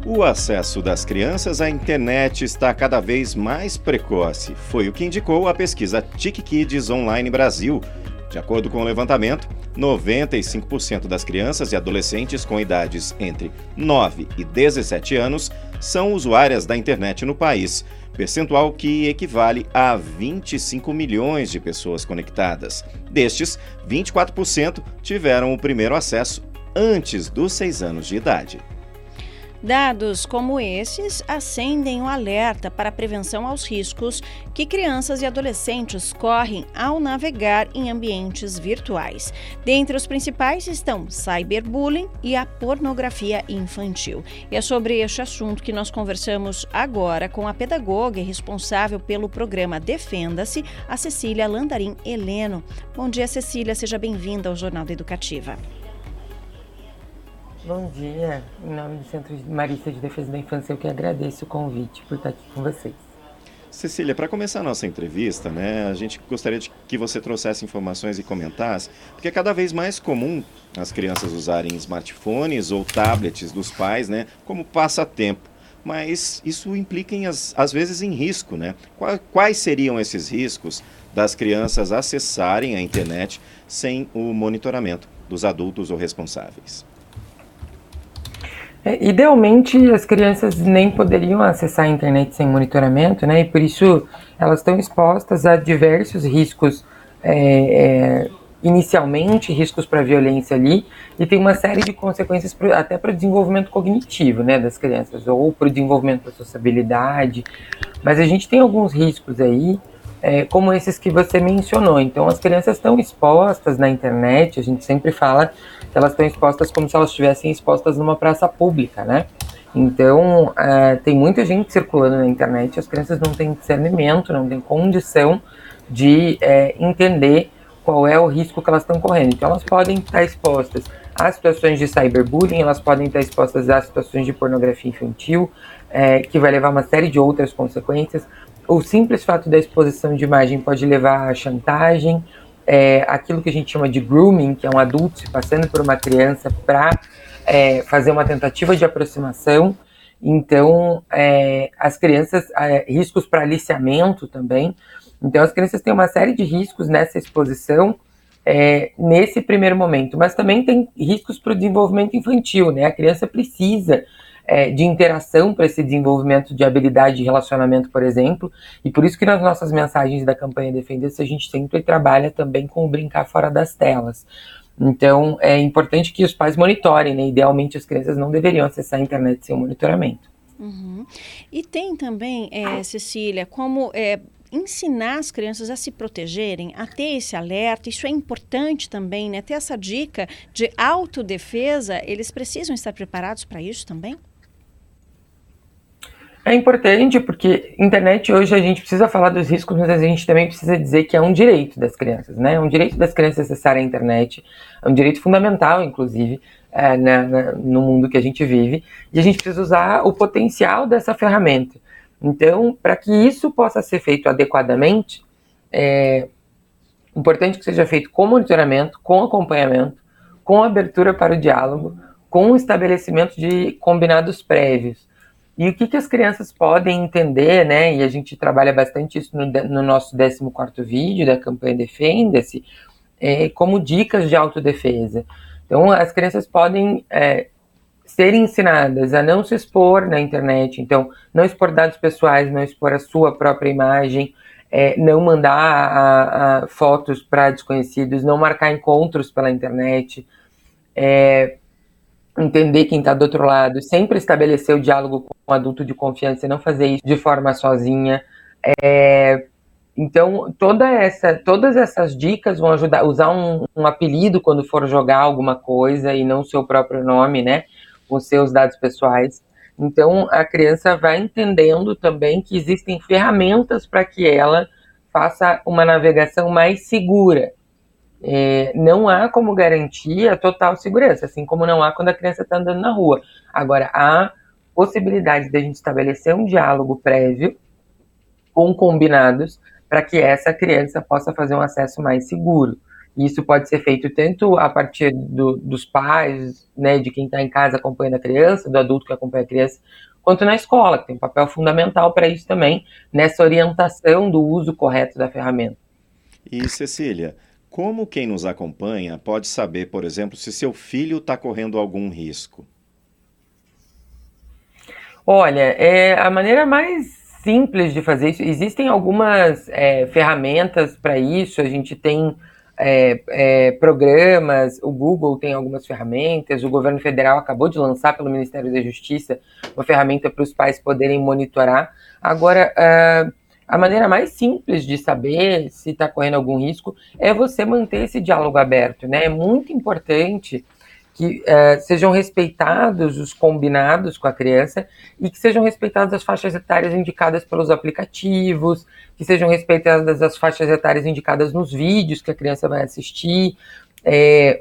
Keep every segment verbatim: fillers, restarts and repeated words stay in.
O acesso das crianças à internet está cada vez mais precoce. Foi o que indicou a pesquisa TIC Kids Online Brasil. De acordo com o levantamento, noventa e cinco por cento das crianças e adolescentes com idades entre nove e dezessete anos são usuárias da internet no país, percentual que equivale a vinte e cinco milhões de pessoas conectadas. Destes, vinte e quatro por cento tiveram o primeiro acesso antes dos seis anos de idade. Dados como esses acendem o alerta para a prevenção aos riscos que crianças e adolescentes correm ao navegar em ambientes virtuais. Dentre os principais estão cyberbullying e a pornografia infantil. E é sobre este assunto que nós conversamos agora com a pedagoga e responsável pelo programa Defenda-se, a Cecília Landarim Heleno. Bom dia, Cecília, seja bem-vinda ao Jornal da Educativa. Bom dia, em nome do Centro Marista de Defesa da Infância, eu que agradeço o convite por estar aqui com vocês. Cecília, para começar a nossa entrevista, né, a gente gostaria de que você trouxesse informações e comentasse, porque é cada vez mais comum as crianças usarem smartphones ou tablets dos pais, né, como passatempo, mas isso implica, em, às vezes, em risco, né? Quais seriam esses riscos das crianças acessarem a internet sem o monitoramento dos adultos ou responsáveis? É, idealmente, as crianças nem poderiam acessar a internet sem monitoramento, né? E por isso elas estão expostas a diversos riscos, é, é, inicialmente riscos para a violência ali, e tem uma série de consequências pro, até para o desenvolvimento cognitivo, né, das crianças, ou para o desenvolvimento da sociabilidade. Mas a gente tem alguns riscos aí, é, como esses que você mencionou. Então, as crianças estão expostas na internet, a gente sempre fala que elas estão expostas como se elas estivessem expostas numa praça pública, né? Então, é, tem muita gente circulando na internet, as crianças não têm discernimento, não têm condição de é, entender qual é o risco que elas estão correndo. Então, elas podem estar expostas a situações de cyberbullying, elas podem estar expostas a situações de pornografia infantil, é, que vai levar uma série de outras consequências. O simples fato da exposição de imagem pode levar à chantagem, é, aquilo que a gente chama de grooming, que é um adulto se passando por uma criança para é, fazer uma tentativa de aproximação. Então, é, as crianças, é, riscos para aliciamento também. Então, as crianças têm uma série de riscos nessa exposição, é, nesse primeiro momento, mas também tem riscos para o desenvolvimento infantil, né? A criança precisa É, de interação para esse desenvolvimento de habilidade de relacionamento, por exemplo, e por isso que nas nossas mensagens da campanha Defenda-se a gente sempre trabalha também com o brincar fora das telas. Então, é importante que os pais monitorem, né? Idealmente, as crianças não deveriam acessar a internet sem o monitoramento. Uhum. E tem também, é, Cecília, como é, ensinar as crianças a se protegerem, a ter esse alerta. Isso é importante também, né? Ter essa dica de autodefesa, eles precisam estar preparados para isso também? É importante porque internet hoje a gente precisa falar dos riscos, mas a gente também precisa dizer que é um direito das crianças, né? É um direito das crianças acessarem a internet, é um direito fundamental, inclusive, é, na, na, no mundo que a gente vive, e a gente precisa usar o potencial dessa ferramenta. Então, para que isso possa ser feito adequadamente, é importante que seja feito com monitoramento, com acompanhamento, com abertura para o diálogo, com o estabelecimento de combinados prévios. E o que, que as crianças podem entender, né? E a gente trabalha bastante isso no, no nosso décimo quarto vídeo da campanha Defenda-se, é, como dicas de autodefesa. Então, as crianças podem é, ser ensinadas a não se expor na internet. Então, não expor dados pessoais, não expor a sua própria imagem, é, não mandar a, a, fotos para desconhecidos, não marcar encontros pela internet, é, entender quem está do outro lado, sempre estabelecer o diálogo com um adulto de confiança e não fazer isso de forma sozinha. É, então, toda essa, todas essas dicas vão ajudar, usar um, um apelido quando for jogar alguma coisa e não o seu próprio nome, né, com seus dados pessoais. Então, a criança vai entendendo também que existem ferramentas para que ela faça uma navegação mais segura. É, não há como garantir a total segurança, assim como não há quando a criança está andando na rua. Agora, há possibilidade de a gente estabelecer um diálogo prévio com combinados para que essa criança possa fazer um acesso mais seguro. Isso pode ser feito tanto a partir do, dos pais, né, de quem está em casa acompanhando a criança, do adulto que acompanha a criança, quanto na escola, que tem um papel fundamental para isso também, nessa orientação do uso correto da ferramenta. E Cecília, como quem nos acompanha pode saber, por exemplo, se seu filho está correndo algum risco? Olha, é a maneira mais simples de fazer isso. Existem algumas é, ferramentas para isso. A gente tem é, é, programas, o Google tem algumas ferramentas, o governo federal acabou de lançar pelo Ministério da Justiça uma ferramenta para os pais poderem monitorar. Agora, uh, a maneira mais simples de saber se está correndo algum risco é você manter esse diálogo aberto, né? É muito importante que uh, sejam respeitados os combinados com a criança e que sejam respeitadas as faixas etárias indicadas pelos aplicativos, que sejam respeitadas as faixas etárias indicadas nos vídeos que a criança vai assistir. É,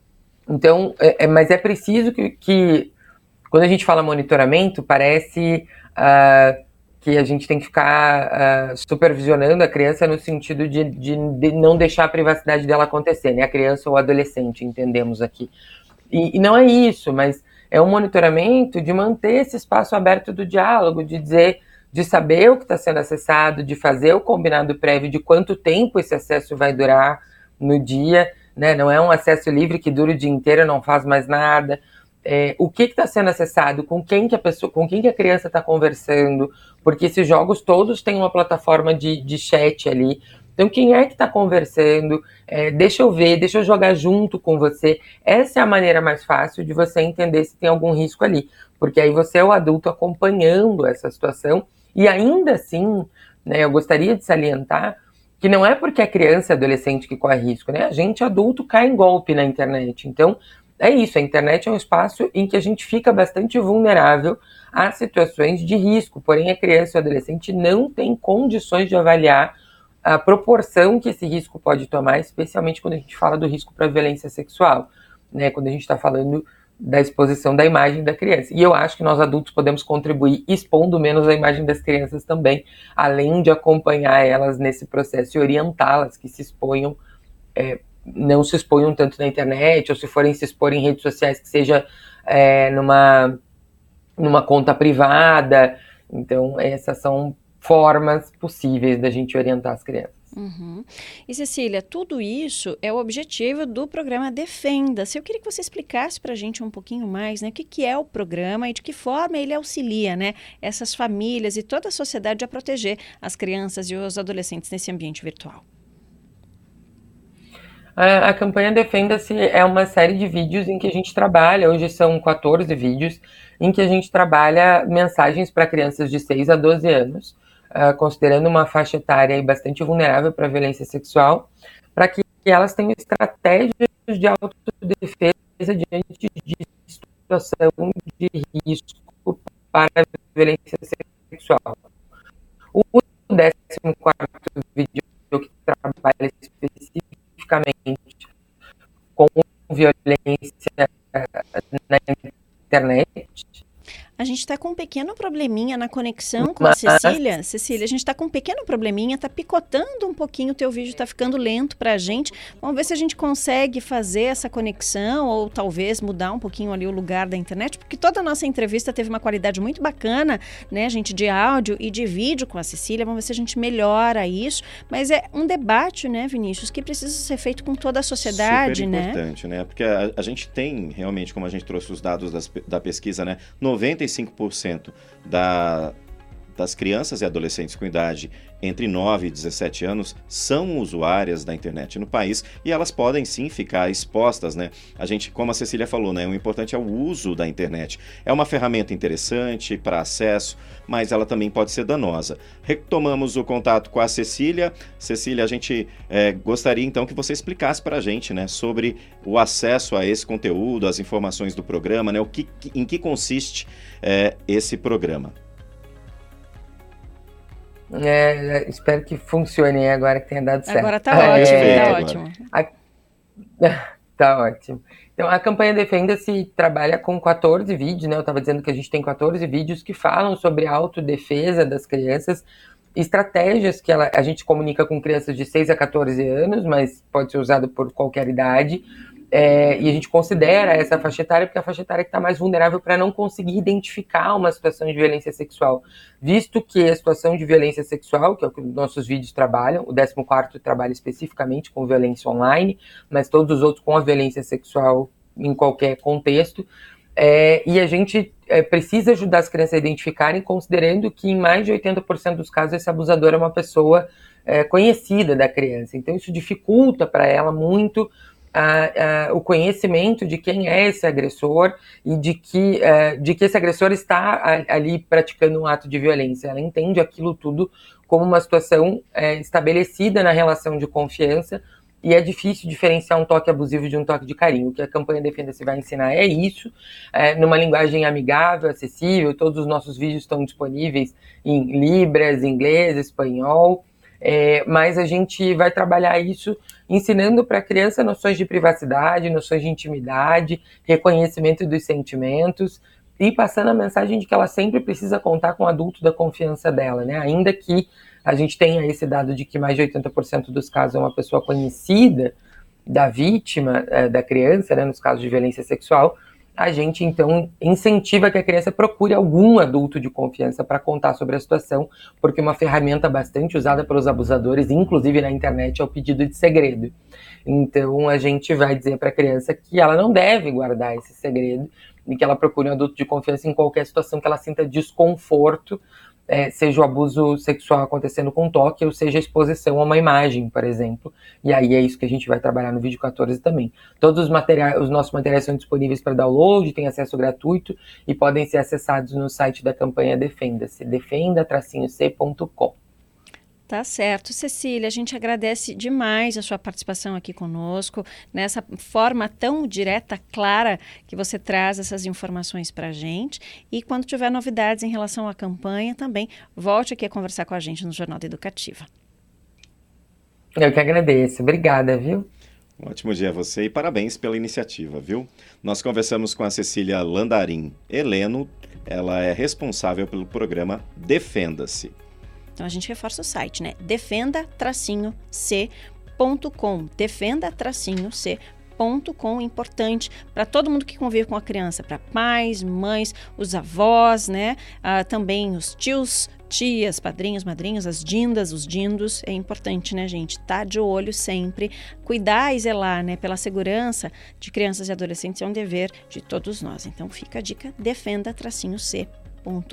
então, é, mas é preciso que, que, quando a gente fala monitoramento, parece uh, que a gente tem que ficar uh, supervisionando a criança no sentido de, de, de não deixar a privacidade dela acontecer, né? A criança ou o adolescente, entendemos aqui. E, e não é isso, mas é um monitoramento de manter esse espaço aberto do diálogo, de dizer, de saber o que está sendo acessado, de fazer o combinado prévio de quanto tempo esse acesso vai durar no dia, né? Não é um acesso livre que dura o dia inteiro e não faz mais nada. É, o que está sendo acessado, com quem que a pessoa, com quem que a criança está conversando, porque esses jogos todos têm uma plataforma de, de chat ali. Então, quem é que está conversando? É, deixa eu ver, deixa eu jogar junto com você. Essa é a maneira mais fácil de você entender se tem algum risco ali. Porque aí você é o adulto acompanhando essa situação. E ainda assim, né, eu gostaria de salientar que não é porque é criança e adolescente que corre risco, né? A gente, adulto, cai em golpe na internet. Então, é isso. A internet é um espaço em que a gente fica bastante vulnerável a situações de risco. Porém, a criança e o adolescente não têm condições de avaliar a proporção que esse risco pode tomar, especialmente quando a gente fala do risco para violência sexual, né? Quando a gente está falando da exposição da imagem da criança. E eu acho que nós adultos podemos contribuir expondo menos a imagem das crianças também, além de acompanhar elas nesse processo e orientá-las que se exponham, é, não se exponham tanto na internet, ou se forem se expor em redes sociais, que seja é, numa, numa conta privada. Então, essas são formas possíveis da gente orientar as crianças. Uhum. E Cecília, tudo isso é o objetivo do programa Defenda-se. Eu queria que você explicasse para a gente um pouquinho mais, né, o que, que é o programa e de que forma ele auxilia, né, essas famílias e toda a sociedade a proteger as crianças e os adolescentes nesse ambiente virtual. A, a campanha Defenda-se é uma série de vídeos em que a gente trabalha, hoje são quatorze vídeos, em que a gente trabalha mensagens para crianças de seis a doze anos, Uh, considerando uma faixa etária bastante vulnerável para a violência sexual, para que elas tenham estratégias de autodefesa diante de situação de risco para a violência sexual. O décimo quarto vídeo que trabalha especificamente com violência na internet. A gente está com um pequeno probleminha na conexão com a Cecília. Cecília, a gente está com um pequeno probleminha, está picotando um pouquinho, o teu vídeo está ficando lento para a gente. Vamos ver se a gente consegue fazer essa conexão ou talvez mudar um pouquinho ali o lugar da internet, porque toda a nossa entrevista teve uma qualidade muito bacana, né, gente, de áudio e de vídeo com a Cecília. Vamos ver se a gente melhora isso. Mas é um debate, né, Vinícius, que precisa ser feito com toda a sociedade, Super né? importante, né? Porque a, a gente tem realmente, como a gente trouxe os dados das, da pesquisa, né, noventa e cinco por cento da, das crianças e adolescentes com idade entre nove e dezessete anos são usuárias da internet no país e elas podem sim ficar expostas, né? A gente, como a Cecília falou, né, o importante é o uso da internet. É uma ferramenta interessante para acesso, mas ela também pode ser danosa. Retomamos o contato com a Cecília. Cecília, a gente é, gostaria então que você explicasse para a gente, né, sobre o acesso a esse conteúdo, as informações do programa, né, o que, em que consiste é, esse programa. É, espero que funcione agora, que tenha dado certo. Agora tá é, ótimo, é, tá ótimo. A, tá ótimo. Então, a campanha Defenda-se trabalha com quatorze vídeos, né? Eu estava dizendo que a gente tem quatorze vídeos que falam sobre a autodefesa das crianças estratégias que ela, a gente comunica com crianças de seis a quatorze anos, mas pode ser usado por qualquer idade, é, e a gente considera essa faixa etária porque é a faixa etária que está mais vulnerável para não conseguir identificar uma situação de violência sexual, visto que a situação de violência sexual, que é o que nossos vídeos trabalham, o décimo quarto trabalha especificamente com violência online, mas todos os outros com a violência sexual em qualquer contexto, é, e a gente é, precisa ajudar as crianças a identificarem, considerando que em mais de oitenta por cento dos casos esse abusador é uma pessoa é, conhecida da criança, então isso dificulta para ela muito A, a, o conhecimento de quem é esse agressor e de que, uh, de que esse agressor está a, ali praticando um ato de violência. Ela entende aquilo tudo como uma situação uh, estabelecida na relação de confiança, e é difícil diferenciar um toque abusivo de um toque de carinho. O que a campanha Defenda-se vai ensinar é isso, uh, numa linguagem amigável, acessível. Todos os nossos vídeos estão disponíveis em Libras, inglês, espanhol. É, mas a gente vai trabalhar isso ensinando para a criança noções de privacidade, noções de intimidade, reconhecimento dos sentimentos e passando a mensagem de que ela sempre precisa contar com o adulto da confiança dela, né? Ainda que a gente tenha esse dado de que mais de oitenta por cento dos casos é uma pessoa conhecida da vítima, é, da criança, né, nos casos de violência sexual, a gente, então, incentiva que a criança procure algum adulto de confiança para contar sobre a situação, porque uma ferramenta bastante usada pelos abusadores, inclusive na internet, é o pedido de segredo. Então, a gente vai dizer para a criança que ela não deve guardar esse segredo e que ela procure um adulto de confiança em qualquer situação que ela sinta desconforto, É, seja o abuso sexual acontecendo com toque, ou seja a exposição a uma imagem, por exemplo. E aí é isso que a gente vai trabalhar no vídeo quatorze também. Todos os, materiais, os nossos materiais são disponíveis para download, tem acesso gratuito e podem ser acessados no site da campanha Defenda-se, defenda tracinho c ponto com. Tá certo. Cecília, a gente agradece demais a sua participação aqui conosco, nessa forma tão direta, clara, que você traz essas informações para a gente. E quando tiver novidades em relação à campanha, também volte aqui a conversar com a gente no Jornal da Educativa. Eu que agradeço. Obrigada, viu? Um ótimo dia a você e parabéns pela iniciativa, viu? Nós conversamos com a Cecília Landarim Heleno, ela é responsável pelo programa Defenda-se. Então, a gente reforça o site, né? defenda tracinho c ponto com. defenda tracinho c ponto com. Importante para todo mundo que convive com a criança, para pais, mães, os avós, né? Ah, também os tios, tias, padrinhos, madrinhos, as dindas, os dindos. É importante, né, gente? Tá de olho sempre, cuidar e zelar, né, pela segurança de crianças e adolescentes é um dever de todos nós. Então, fica a dica, defenda tracinho c ponto com.